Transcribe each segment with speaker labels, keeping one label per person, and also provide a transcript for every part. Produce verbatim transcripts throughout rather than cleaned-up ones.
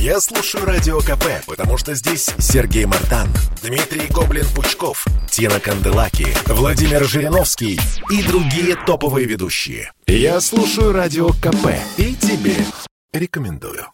Speaker 1: Я слушаю Радио КП, потому что здесь Сергей Мартан, Дмитрий Гоблин-Пучков, Тина Канделаки, Владимир Жириновский и другие топовые ведущие. Я слушаю Радио КП и тебе рекомендую.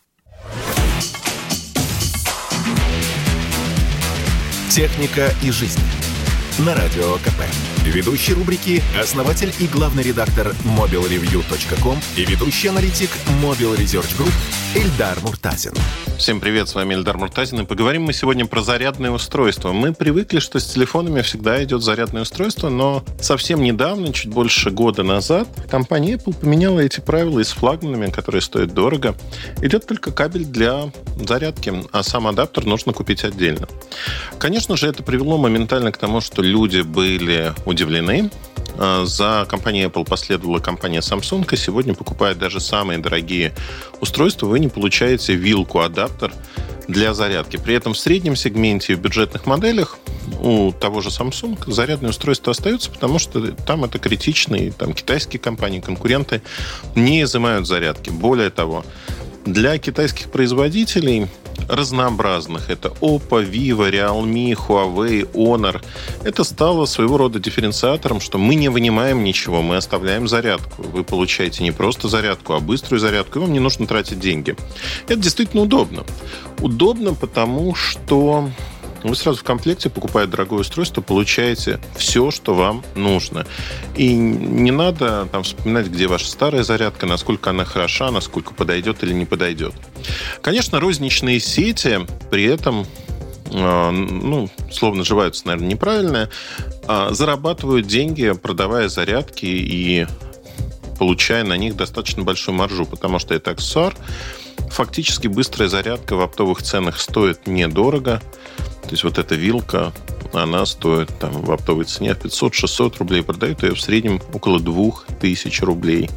Speaker 1: Техника и жизнь. На Радио КП. Ведущий рубрики – основатель и главный редактор мобил ревью точка ком и ведущий аналитик Mobile Research Group Эльдар Муртазин.
Speaker 2: Всем привет, с вами Эльдар Муртазин. И поговорим мы сегодня про зарядные устройства. Мы привыкли, что с телефонами всегда идет зарядное устройство, но совсем недавно, чуть больше года назад, компания Apple поменяла эти правила, и с флагманами, которые стоят дорого, идет только кабель для зарядки, а сам адаптер нужно купить отдельно. Конечно же, это привело моментально к тому, что люди были удивлены. За компанией Apple последовала компания Samsung, и сегодня, покупая даже самые дорогие устройства, вы не получаете вилку-адаптер для зарядки. При этом в среднем сегменте и в бюджетных моделях у того же Samsung зарядные устройства остаются, потому что там это критичные, там китайские компании, конкуренты не изымают зарядки. Более того, для китайских производителей разнообразных, это Oppo, Vivo, Realme, Huawei, Honor, это стало своего рода дифференциатором, что мы не вынимаем ничего, мы оставляем зарядку. Вы получаете не просто зарядку, а быструю зарядку, и вам не нужно тратить деньги. Это действительно удобно. Удобно, потому что вы сразу в комплекте, покупая дорогое устройство, получаете все, что вам нужно. И не надо там вспоминать, где ваша старая зарядка, насколько она хороша, насколько подойдет или не подойдет. Конечно, розничные сети при этом, э, ну, словно наживаются, наверное, неправильно, э, зарабатывают деньги, продавая зарядки и получая на них достаточно большую маржу, потому что это аксессуар. Фактически быстрая зарядка в оптовых ценах стоит недорого. То есть вот эта вилка, она стоит там, в оптовой цене пятьсот-шестьсот рублей. Продают ее в среднем около двух тысяч рублей.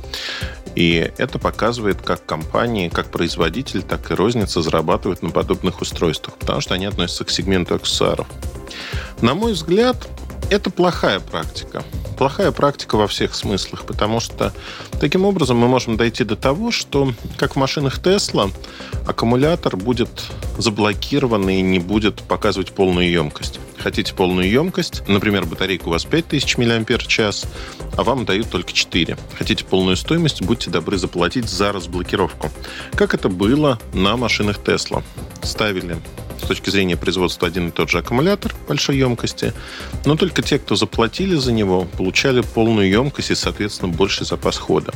Speaker 2: И это показывает, как компании, как производитель, так и розница зарабатывают на подобных устройствах, потому что они относятся к сегменту аксессуаров. На мой взгляд, это плохая практика. Плохая практика во всех смыслах, потому что таким образом мы можем дойти до того, что, как в машинах Tesla, аккумулятор будет заблокирован и не будет показывать полную емкость. Хотите полную емкость, например, батарейка у вас пять тысяч миллиампер-час, а вам дают только четыре. Хотите полную стоимость, будьте добры заплатить за разблокировку. Как это было на машинах Tesla. Ставили с точки зрения производства один и тот же аккумулятор большой емкости, но только те, кто заплатили за него, получали полную емкость и, соответственно, больший запас хода.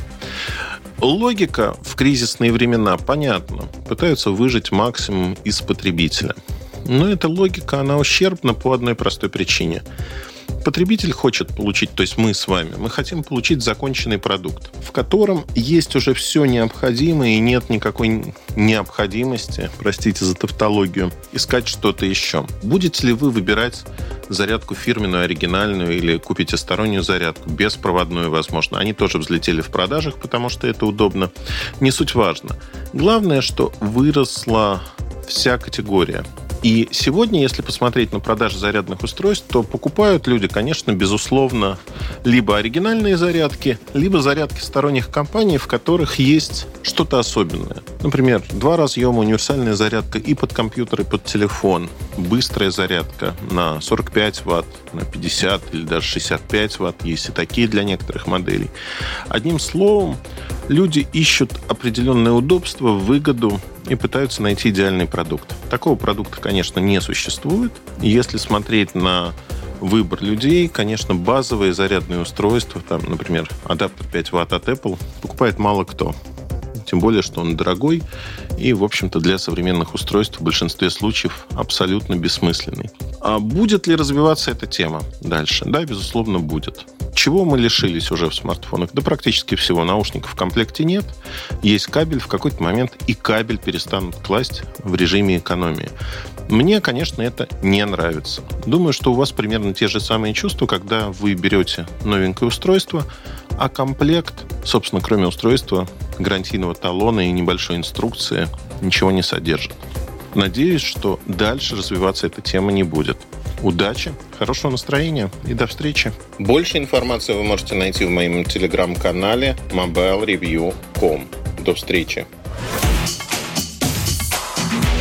Speaker 2: Логика в кризисные времена понятна. Пытаются выжать максимум из потребителя. Но эта логика, она ущербна по одной простой причине. Потребитель хочет получить, то есть мы с вами, мы хотим получить законченный продукт, в котором есть уже все необходимое и нет никакой необходимости, простите за тавтологию, искать что-то еще. Будете ли вы выбирать зарядку фирменную, оригинальную или купите стороннюю зарядку, беспроводную, возможно? Они тоже взлетели в продажах, потому что это удобно. Не суть важно. Главное, что выросла вся категория. И сегодня, если посмотреть на продажи зарядных устройств, то покупают люди, конечно, безусловно, либо оригинальные зарядки, либо зарядки сторонних компаний, в которых есть что-то особенное. Например, два разъема, универсальная зарядка и под компьютер, и под телефон. Быстрая зарядка на сорок пять ватт, на пятьдесят или даже шестьдесят пять ватт. Есть и такие для некоторых моделей. Одним словом, люди ищут определенное удобство, выгоду и пытаются найти идеальный продукт. Такого продукта, конечно, не существует. Если смотреть на выбор людей, конечно, базовые зарядные устройства, там, например, адаптер пять ватт от Apple, покупает мало кто. Тем более, что он дорогой и, в общем-то, для современных устройств в большинстве случаев абсолютно бессмысленный. А будет ли развиваться эта тема дальше? Да, безусловно, будет. Чего мы лишились уже в смартфонах? Да практически всего. Наушников в комплекте нет. Есть кабель. В какой-то момент и кабель перестанут класть в режиме экономии. Мне, конечно, это не нравится. Думаю, что у вас примерно те же самые чувства, когда вы берете новенькое устройство, а комплект, собственно, кроме устройства, гарантийного талона и небольшой инструкции, ничего не содержит. Надеюсь, что дальше развиваться эта тема не будет. Удачи, хорошего настроения и до встречи. Больше информации вы можете найти в моем телеграм-канале мобайл ревью точка ком. До встречи.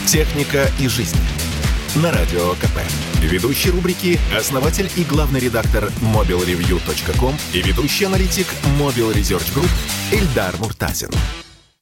Speaker 1: Техника и жизнь. На Радио КП. Ведущий рубрики – основатель и главный редактор мобил ревью точка ком и ведущий аналитик Mobile Research Group Эльдар Муртазин.